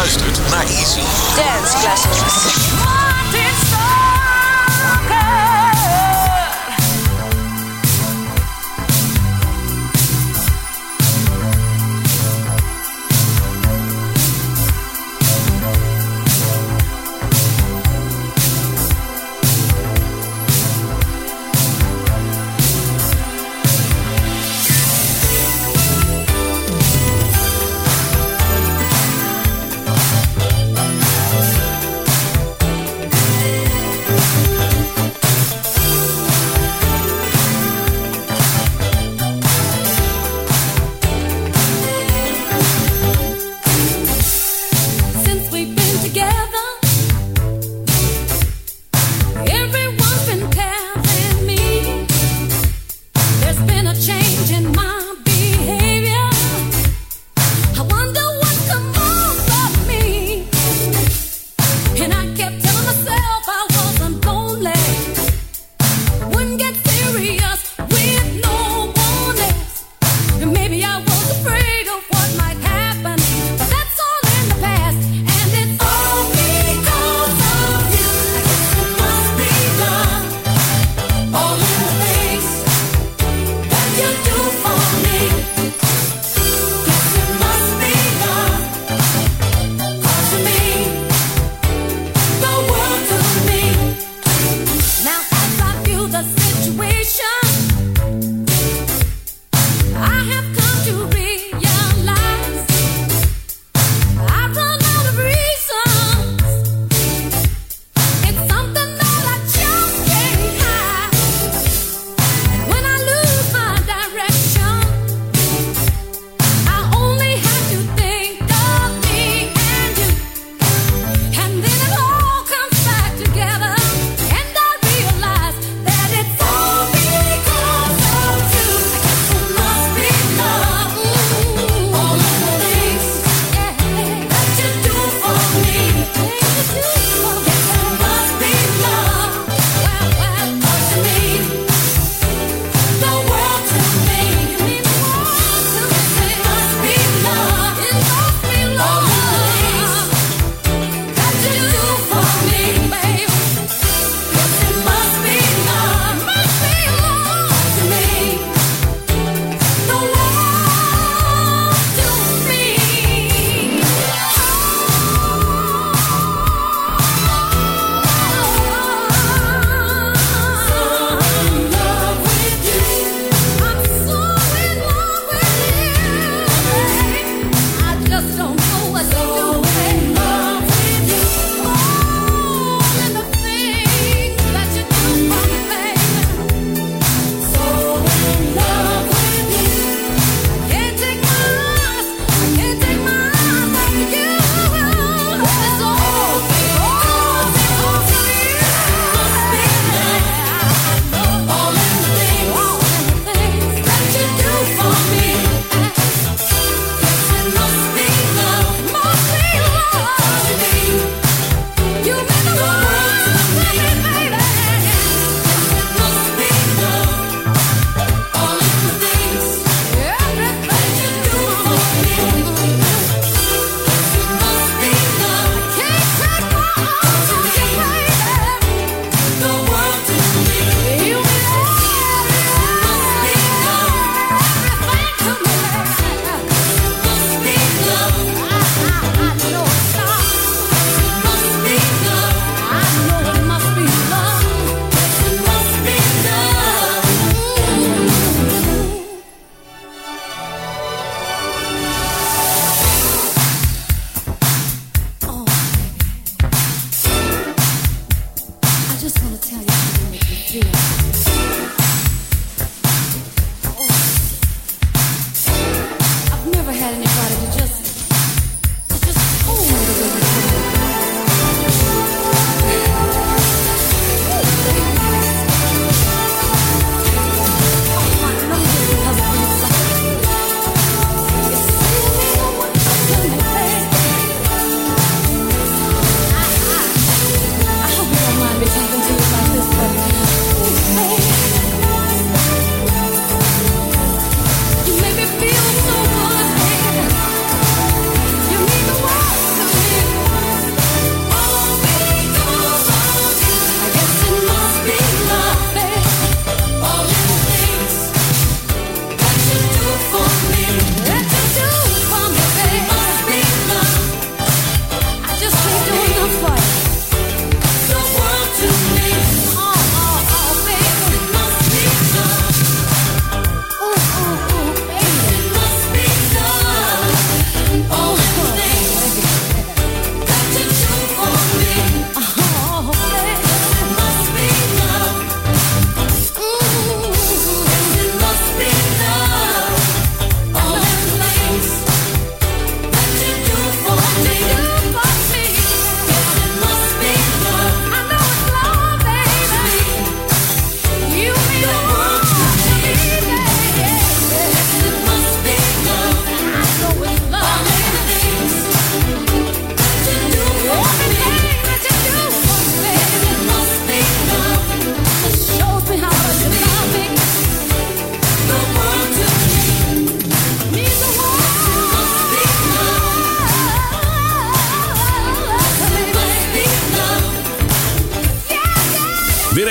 luistert naar Easy. Dance Classics.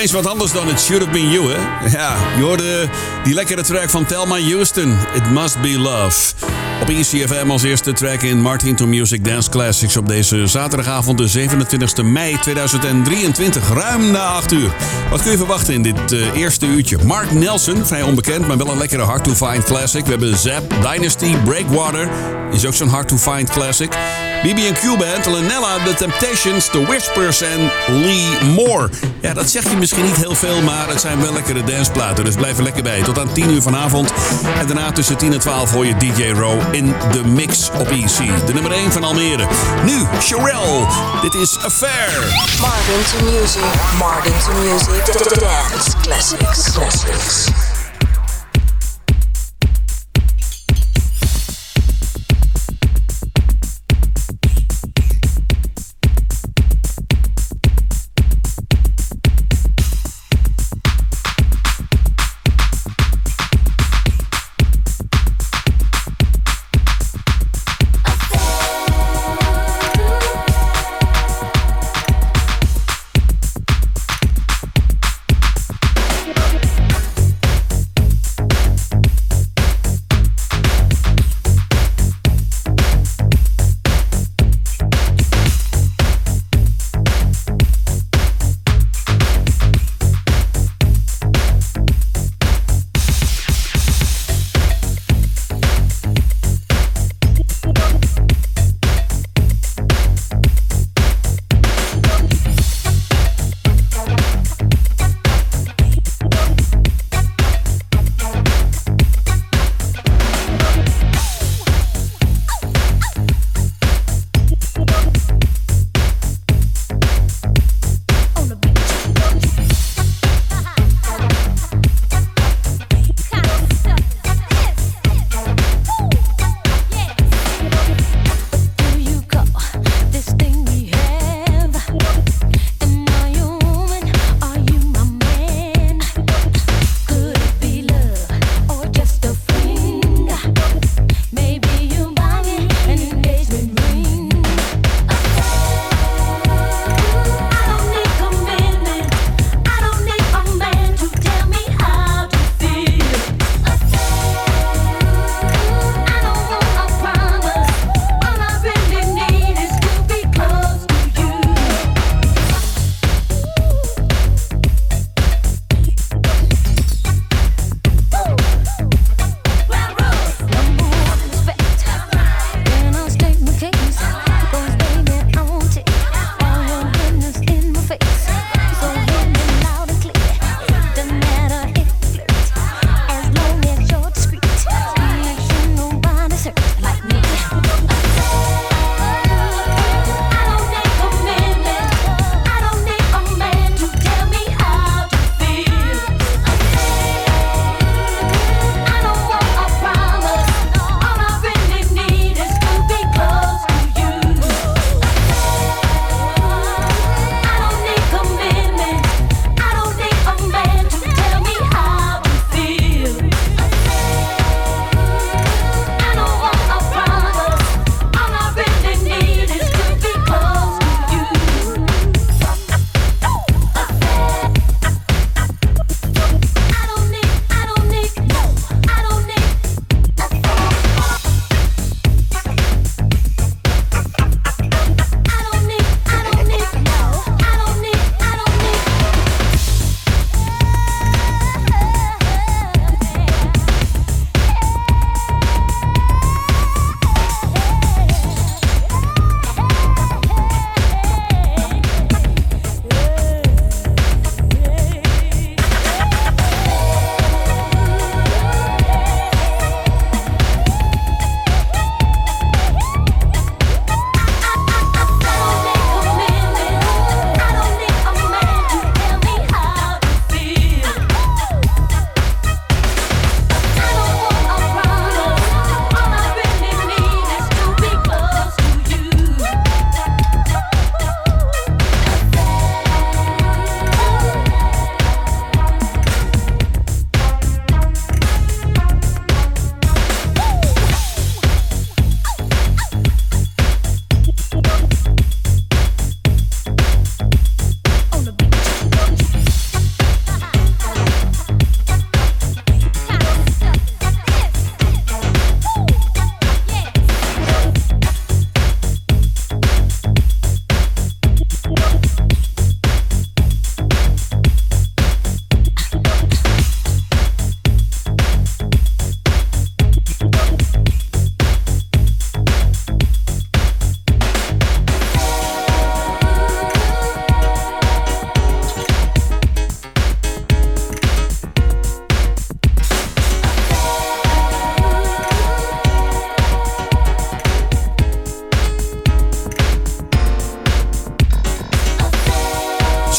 eens wat anders dan It Should Have Been You, hè? Ja, je hoorde die lekkere track van Thelma Houston, It Must Be Love. Op ECFM als eerste track in Martin to Music Dance Classics op deze zaterdagavond de 27 mei 2023, ruim na 8 uur. Wat kun je verwachten in dit eerste uurtje? Mark Nelson, vrij onbekend, maar wel een lekkere hard to find classic. We hebben Zapp, Dynasty, Breakwater, is ook zo'n hard to find classic. BB&Q Band, Lanella, The Temptations, The Whispers en Lee Moore. Ja, dat zeg je misschien niet heel veel, maar het zijn wel lekkere danceplaten, dus blijf er lekker bij. Tot aan 10 uur vanavond. En daarna tussen 10 en 12 hoor je DJ Row in de mix op EC. De nummer 1 van Almere. Nu, Sherelle. Dit is Affair. Martin to Music. Martin to Music. Dance Classics.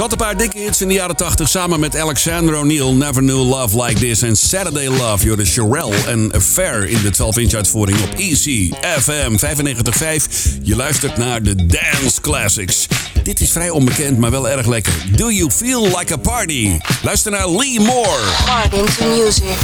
Zat een paar dikke hits in de jaren 80 samen met Alexander O'Neal, Never Knew Love Like This en Saturday Love. You're the Sherelle en Affair in de 12-inch uitvoering op Easy FM 95.5. Je luistert naar de Dance Classics. Dit is vrij onbekend, maar wel erg lekker. Do You Feel Like a Party? Luister naar Lee Moore. Martin to Music.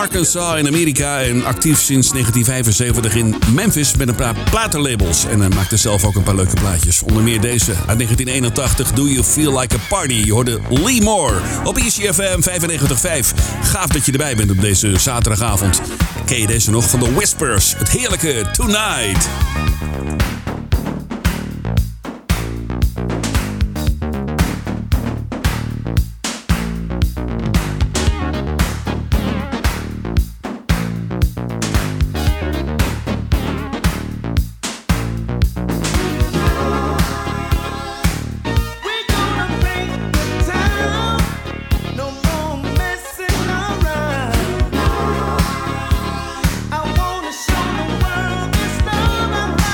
Arkansas in Amerika en actief sinds 1975 in Memphis met een paar platenlabels. En hij maakte zelf ook een paar leuke plaatjes. Onder meer deze uit 1981, Do You Feel Like a Party? Je hoorde Lee Moore op ECFM 95.5. Gaaf dat je erbij bent op deze zaterdagavond. Ken je deze nog van The Whispers? Het heerlijke Tonight. I wanna show the world this love I have.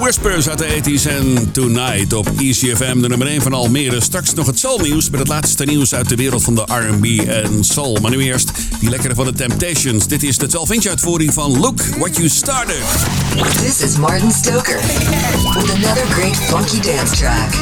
Whispers uit de 80s en Tonight op ECFM, de nummer 1 van Almere. Straks nog het soulnieuws met het laatste nieuws uit de wereld van de R&B en soul. Maar nu eerst die lekkere van de Temptations. Dit is de 12-inch uitvoering van Look What You Started. This is Martin Stoker with another great funky dance track.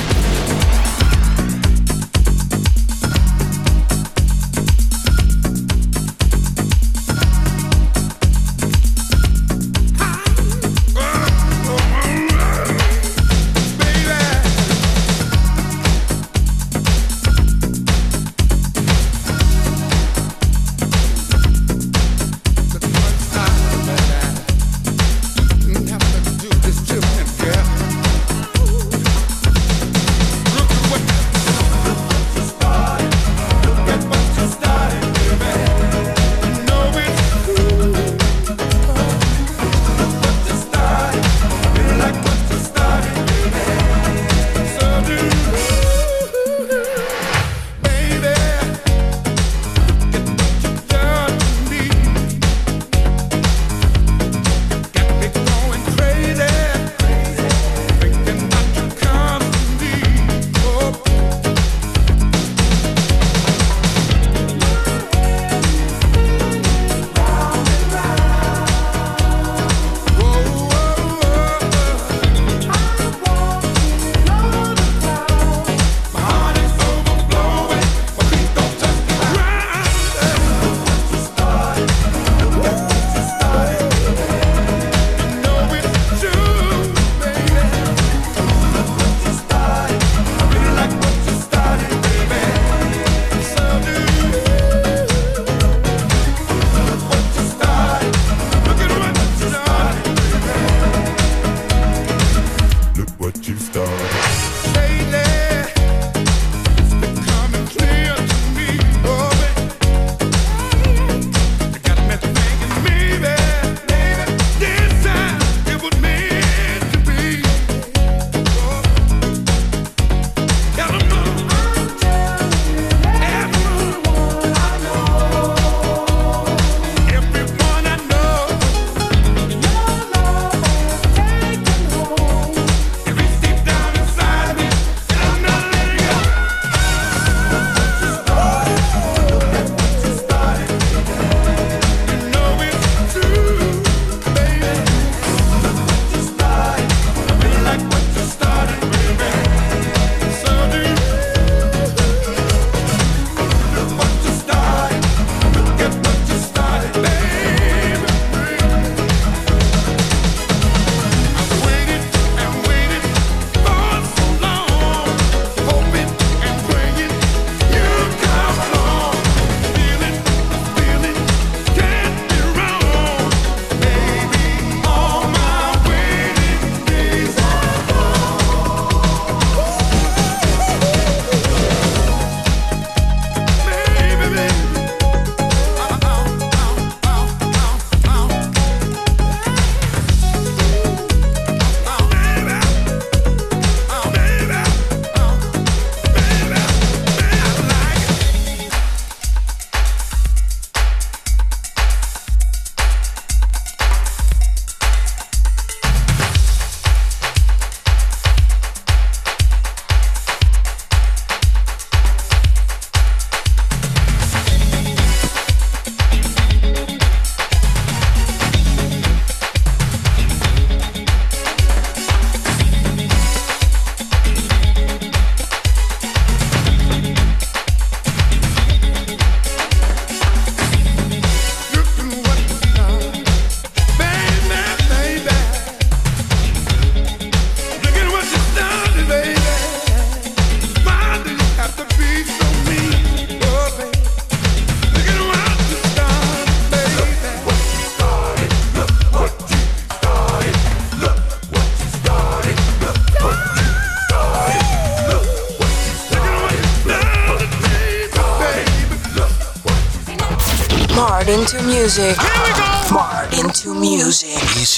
Martin to music. Here we go. Martin to music.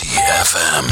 ECFM.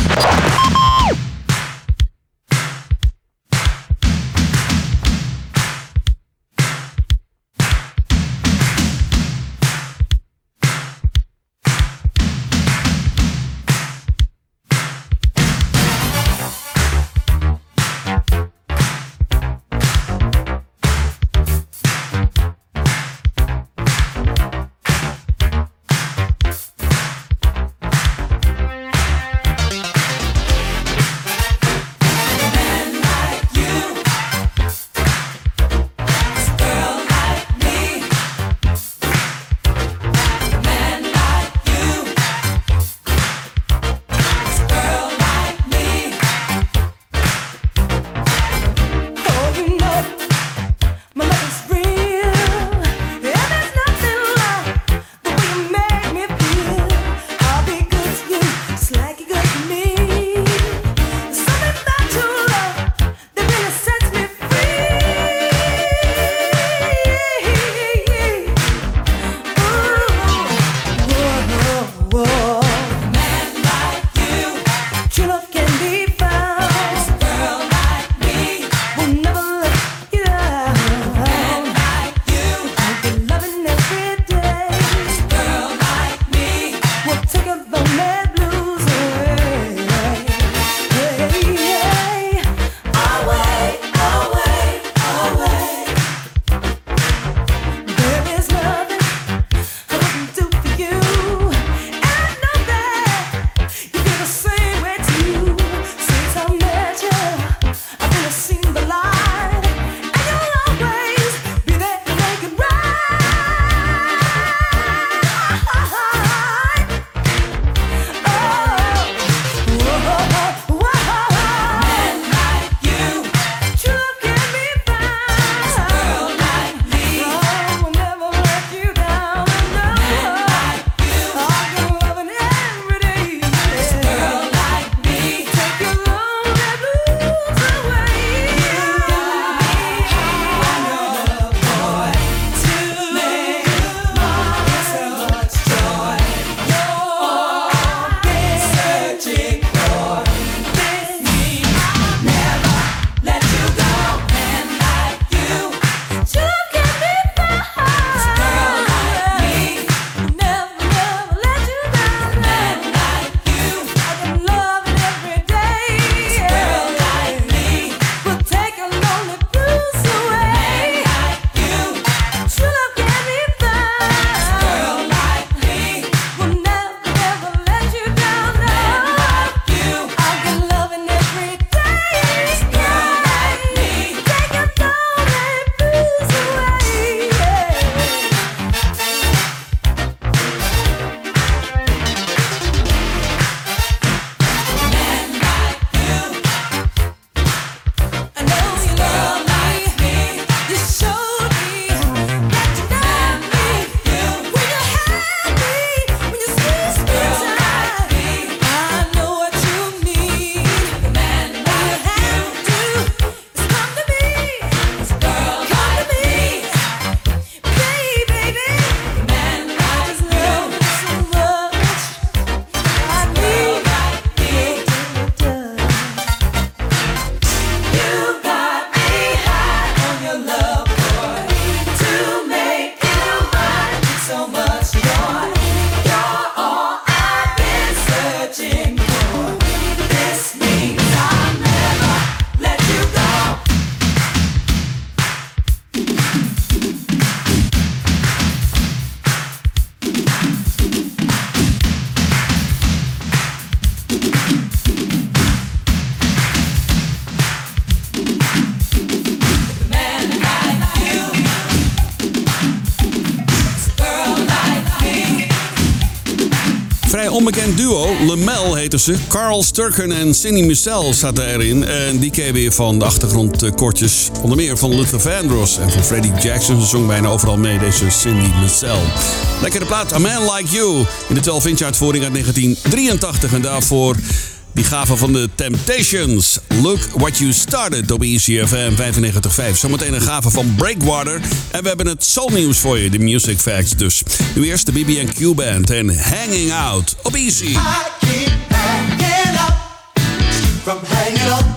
onbekend duo, Lemel heten ze. Carl Sturken en Cindy Mussel zaten erin. En die ken je weer van de achtergrondkortjes. Onder meer van Luther Vandross en van Freddie Jackson. Ze zong bijna overal mee, deze Cindy Mussel. Lekkere plaat, A Man Like You. In de 12-inch uitvoering uit 1983. En daarvoor die gave van de Temptations. Look What You Started op ECFM 95.5. Zometeen een gave van Breakwater. En we hebben het soulnieuws voor je, de Music Facts dus. Nu eerst de BB&Q Band en Hanging Out op Easy. I keep hanging up, from hanging up.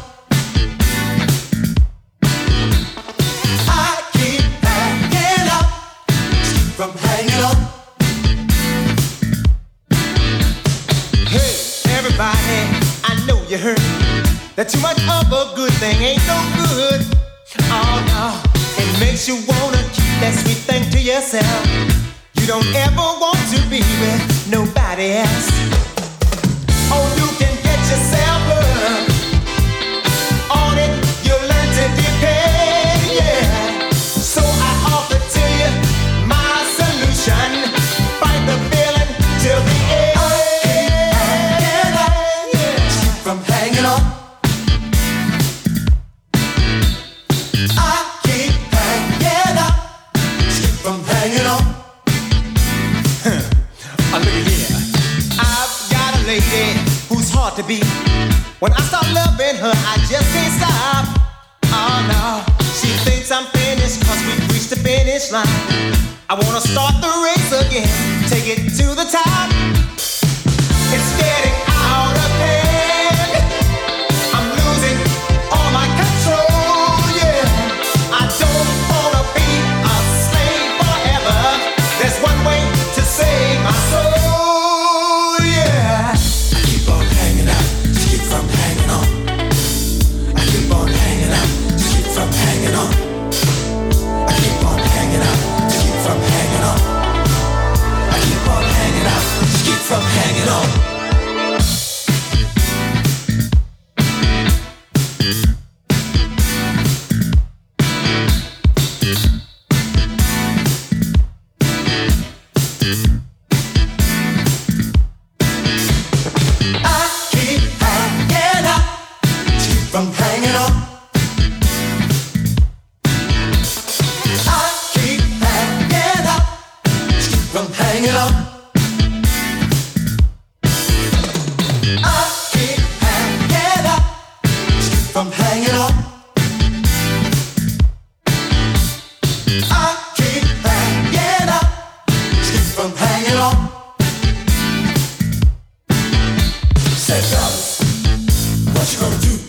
I keep hanging up, from hanging up. Hey, everybody, I know you heard that too much of a good thing ain't no good. Oh no, it makes you wanna keep that sweet thing to yourself. You don't ever want to be with nobody else. Oh, you can get yourself hurt. On it, you learn to depend, yeah. So I offer to you my solution. Fight the feeling till the end. Hanging up, yeah. From hanging up. I keep hanging up, from hanging up. Look at here. I've got a lady who's hard to beat. When I start loving her, I just can't stop. Oh no, she thinks I'm finished cause we've reached the finish line. I wanna start the race again, take it to the top. It's getting out of hand. I'm losing all my control, yeah. I don't wanna be a slave forever. There's one way to save my soul, yeah. I keep on hanging out to keep from hanging on. I keep on hanging out to keep from hanging on. I keep on hanging out to keep from hanging on. I keep on hanging out to keep from hanging on. From hanging on. I keep hanging up, from hanging on. I keep hanging up, from hanging on. I keep hanging up, from hanging on. Say, fellas, what you gonna do?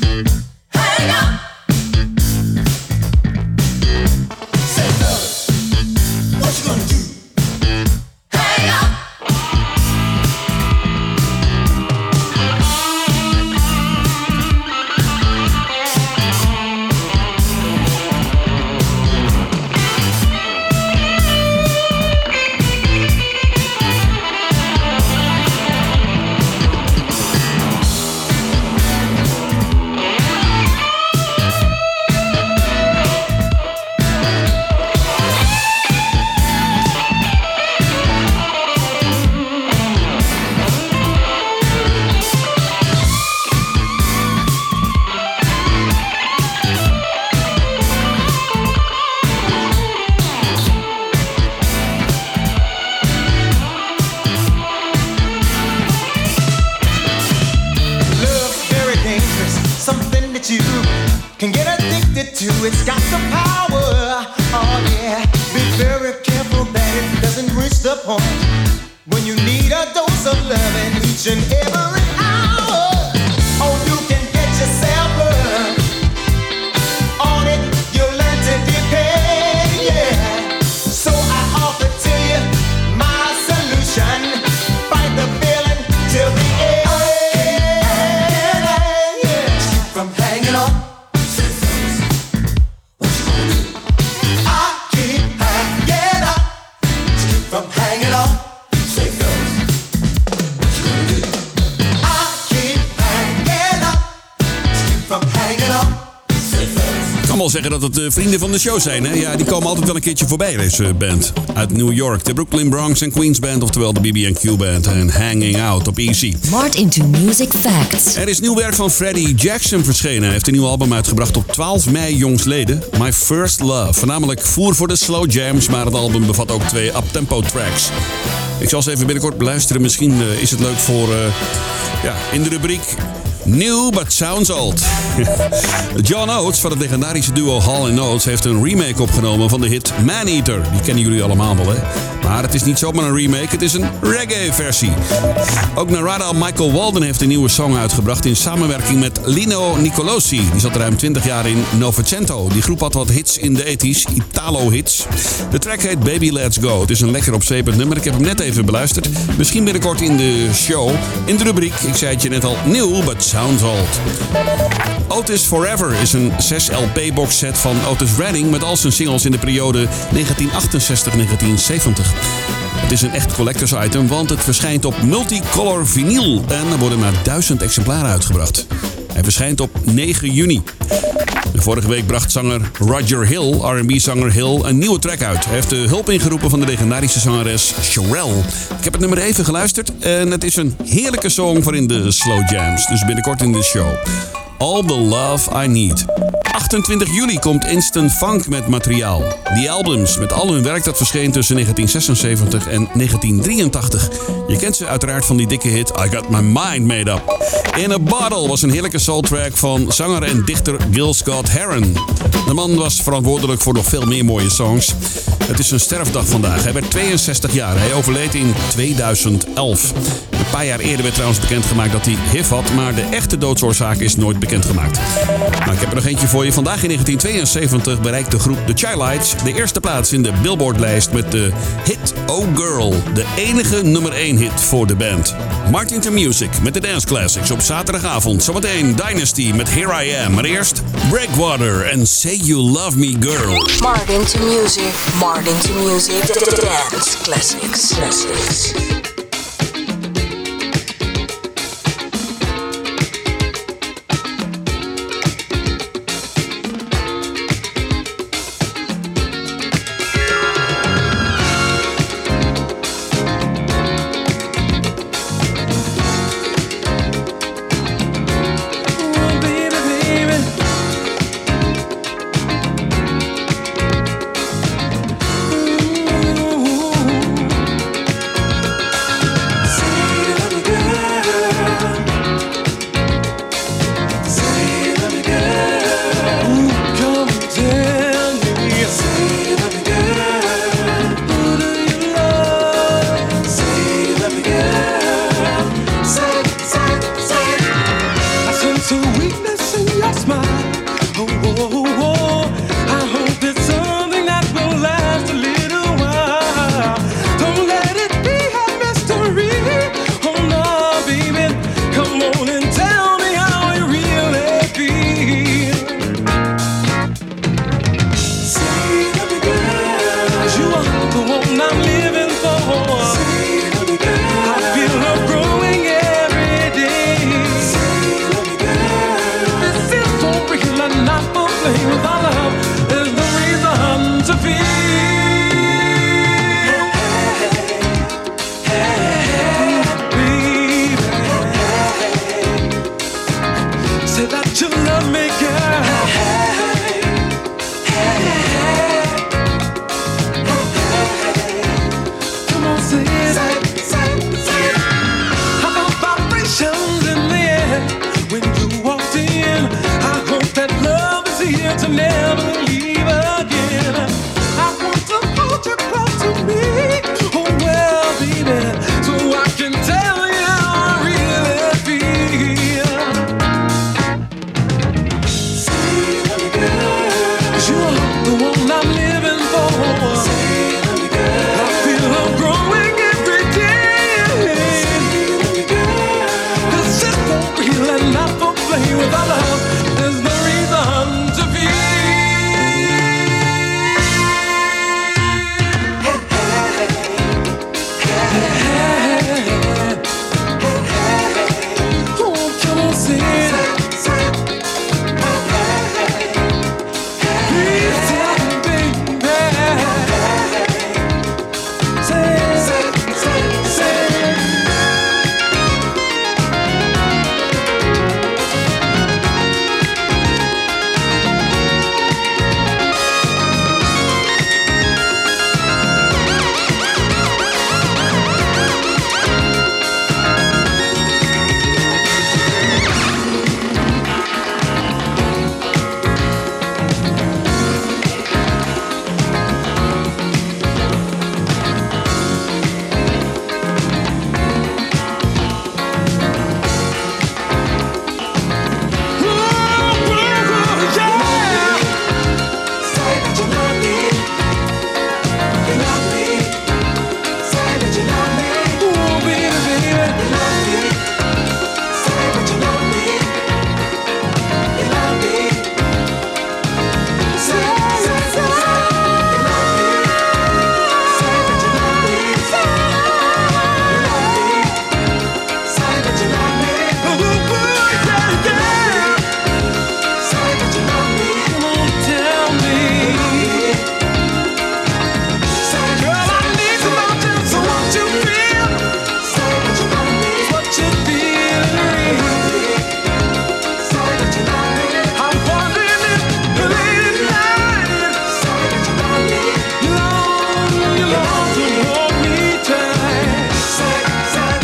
Can get addicted to, it's got the power. Oh yeah, be very careful that it doesn't reach the point when you need a dose of loving each and every hour. Oh, you can get yourself hurt. On it, you learn to depend, yeah. So I offer to you my solution. Fight the feeling till the end. From hanging on. From hanging on, say fellas, what you gonna do? wel zeggen dat het vrienden van de show zijn. Hè? Ja, die komen altijd wel een keertje voorbij, deze band. Uit New York, de Brooklyn Bronx and Queens Band, oftewel de BB&Q Band. En Hanging Out op Easy. Martin to Music Facts. Er is nieuw werk van Freddie Jackson verschenen. Hij heeft een nieuw album uitgebracht op 12 mei jongsleden. My First Love. Voornamelijk voer voor de slow jams, maar het album bevat ook 2 uptempo tracks. Ik zal ze even binnenkort beluisteren. Misschien is het leuk voor in de rubriek New But Sounds Old. John Oates van het legendarische duo Hall & Oates heeft een remake opgenomen van de hit Maneater. Die kennen jullie allemaal wel, hè? Maar het is niet zomaar een remake, het is een reggae-versie. Ook Narada Michael Walden heeft een nieuwe song uitgebracht in samenwerking met Lino Nicolosi. Die zat ruim 20 jaar in Novecento. Die groep had wat hits in de 80s, Italo-hits. De track heet Baby Let's Go. Het is een lekker opzwepend nummer. Ik heb hem net even beluisterd. Misschien binnenkort in de show. In de rubriek, ik zei het je net al, New But Sounds Old. Otis Forever is een 6 LP-box set van Otis Redding met al zijn singles in de periode 1968-1970. Het is een echt collectors item, want het verschijnt op multicolor vinyl en er worden maar 1000 exemplaren uitgebracht. Hij verschijnt op 9 juni. Vorige week bracht zanger Roger Hill, R&B-zanger Hill, een nieuwe track uit. Hij heeft de hulp ingeroepen van de legendarische zangeres Cherelle. Ik heb het nummer even geluisterd en het is een heerlijke song voor in de slow jams. Dus binnenkort in de show. All the Love I Need. 28 juli komt Instant Funk met materiaal. Die albums met al hun werk dat verscheen tussen 1976 en 1983. Je kent ze uiteraard van die dikke hit I Got My Mind Made Up. In a Bottle was een heerlijke soultrack van zanger en dichter Gil Scott-Heron. De man was verantwoordelijk voor nog veel meer mooie songs. Het is zijn sterfdag vandaag. Hij werd 62 jaar. Hij overleed in 2011. Een paar jaar eerder werd trouwens bekendgemaakt dat hij HIV had, maar de echte doodsoorzaak is nooit bekendgemaakt. Nou, ik heb er nog eentje voor je. Vandaag in 1972 bereikt de groep The Chi-Lites de eerste plaats in de Billboard-lijst met de hit Oh Girl. De enige nummer 1 hit voor de band. Martin to Music met de Dance Classics op zaterdagavond. Zometeen Dynasty met Here I Am. Maar eerst Breakwater en Say You Love Me Girl. Martin to Music. Martin to Music. Dance Classics.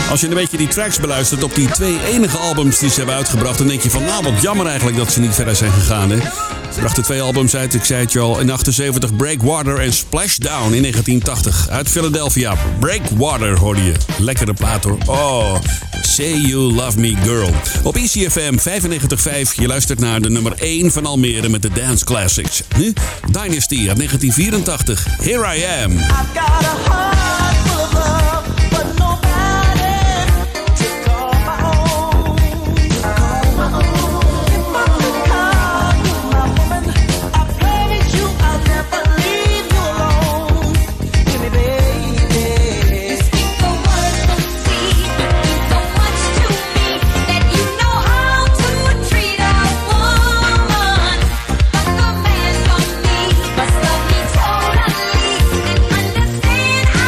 Als je een beetje die tracks beluistert op die 2 enige albums die ze hebben uitgebracht, dan denk je van, nou, wat jammer eigenlijk dat ze niet verder zijn gegaan, hè. Ze brachten 2 albums uit, ik zei het je al, in 78 Breakwater en Splashdown in 1980. Uit Philadelphia, Breakwater hoorde je. Lekkere plaat hoor. Oh, Say You Love Me Girl. Op ECFM 95.5, je luistert naar de nummer 1 van Almere met de Dance Classics. Nu Dynasty uit 1984, Here I Am. I've got a heart full of love, but nobody to call my own. If I could call you my woman, I promise you I'll never leave you alone. Give me, baby. You speak the words so sweet, you mean so much to me, that you know how to treat a woman. But the man from me must love me totally and understand I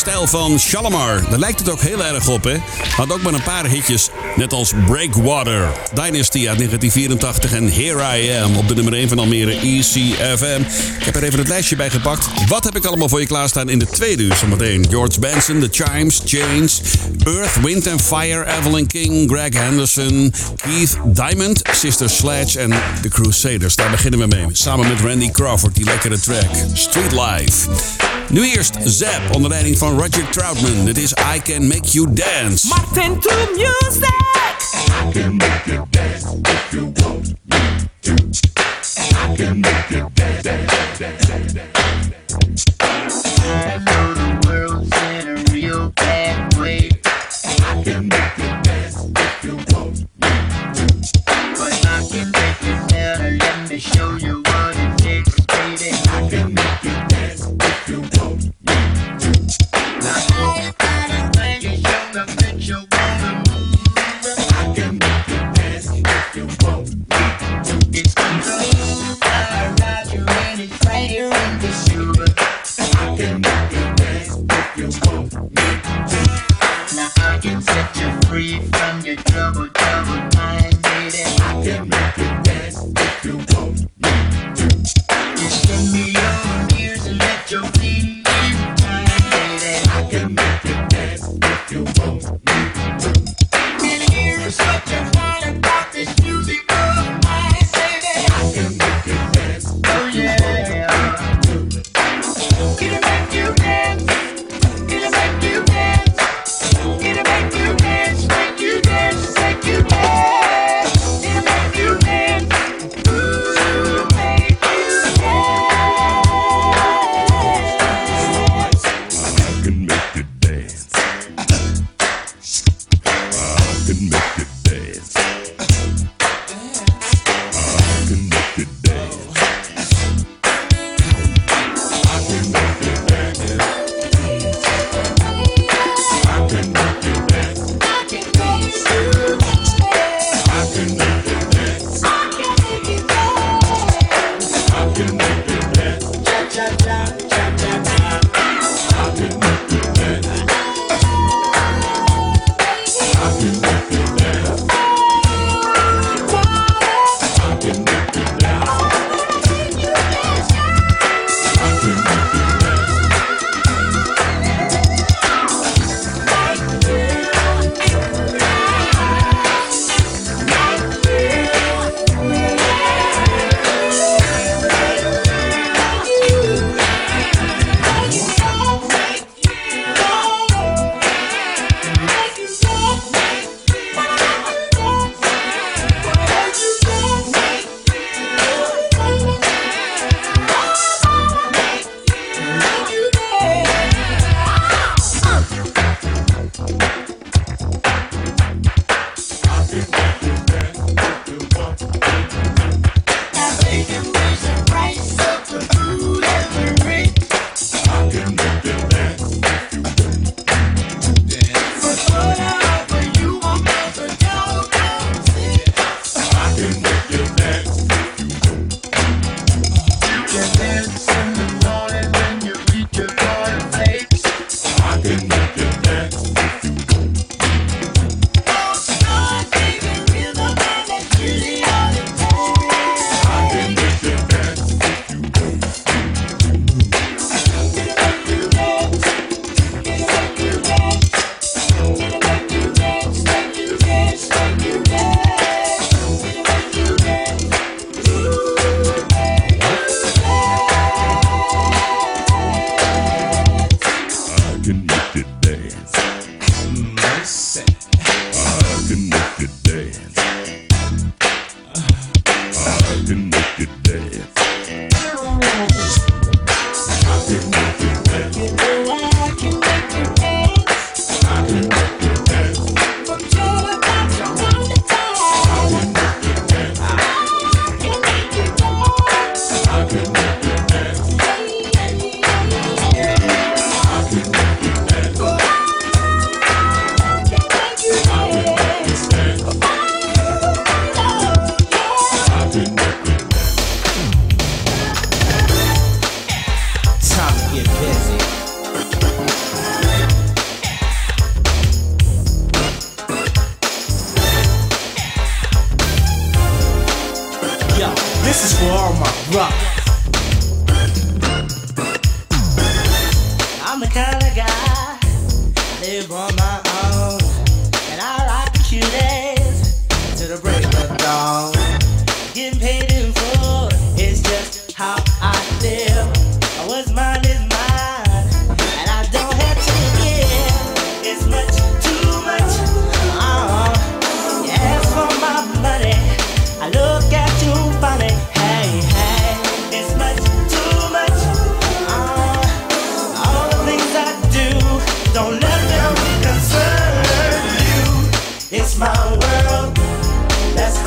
stijl van Shalamar. Daar lijkt het ook heel erg op, hè? Had ook maar een paar hitjes, net als Breakwater, Dynasty uit 1984 en Here I Am op de nummer 1 van Almere ECFM. Ik heb er even het lijstje bij gepakt. Wat heb ik allemaal voor je klaarstaan in de tweede uur zometeen? George Benson, The Chimes, Chains, Earth, Wind and Fire, Evelyn King, Greg Henderson, Keith Diamond, Sister Sledge en The Crusaders. Daar beginnen we mee, samen met Randy Crawford, die lekkere track, Street Life. Nu eerst Zapp onder leiding van Roger Troutman. Dit is I Can Make You Dance. Martin to music. I can make you dance if you want me to. I can make you dance, dance, dance, dance, dance. I know the world's in a real bad way. I can make you dance if you want me to. But I can make you better, let me show you what it takes, baby. I can make you dance if you want me to. Now everybody think you show the bitch you wanna move. I can make you dance if you want me to. It's control, I ride you and it's right here in the shoe. I can make you dance if you want me to. Now I can set you free from your trouble mind, baby. I can make you dance if you want me to. Just send me your ears and let your feet time, baby. I can make you dance if you want me to. And here's what you find about this music of mine, baby. I can make you dance. Oh yeah.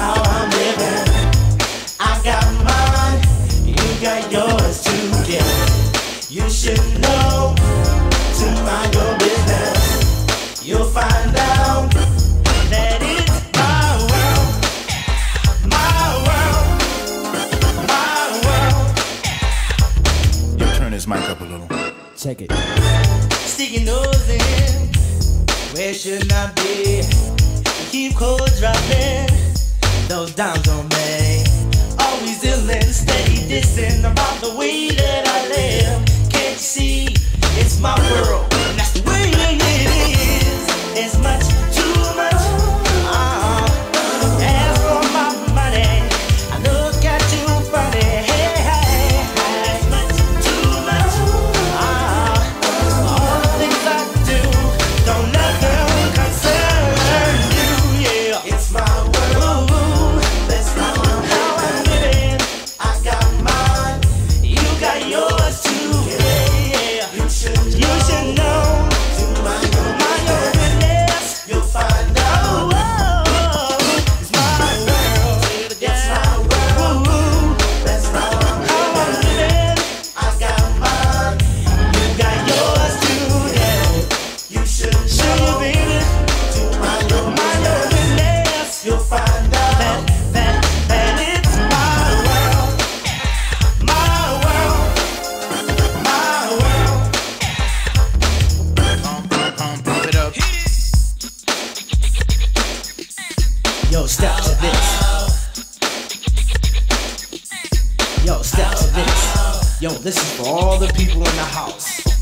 how I'm living. I got mine, you got yours too, yeah. You should know to mind your business. You'll find out that it's my world, my world, my world. Yo, turn this mic up a little. Check it. Stick your nose in where it should not be. Keep cold dropping those dimes on me. Always ill and steady dissing about the way that I live. Can't you see? It's my world. And that's the way it is. It's much too much. As for my money, I look at you funny. Hey, hey, it's much too much. All the things I do don't let them concern you. Yeah, it's my world. Ooh, that's how I'm living. I got mine, you got yours too. Yeah, you should know. To mind your business, you'll find out. It's my world. It's my world. Ooh, that's how I'm living. I got mine, you got yours too. Yeah, you should know, baby. To mind your business, you'll find out that it's my world, my world, my world. Pump it up. Yo, step to this. Yo, step to this. Yo, this is for all the people in the house.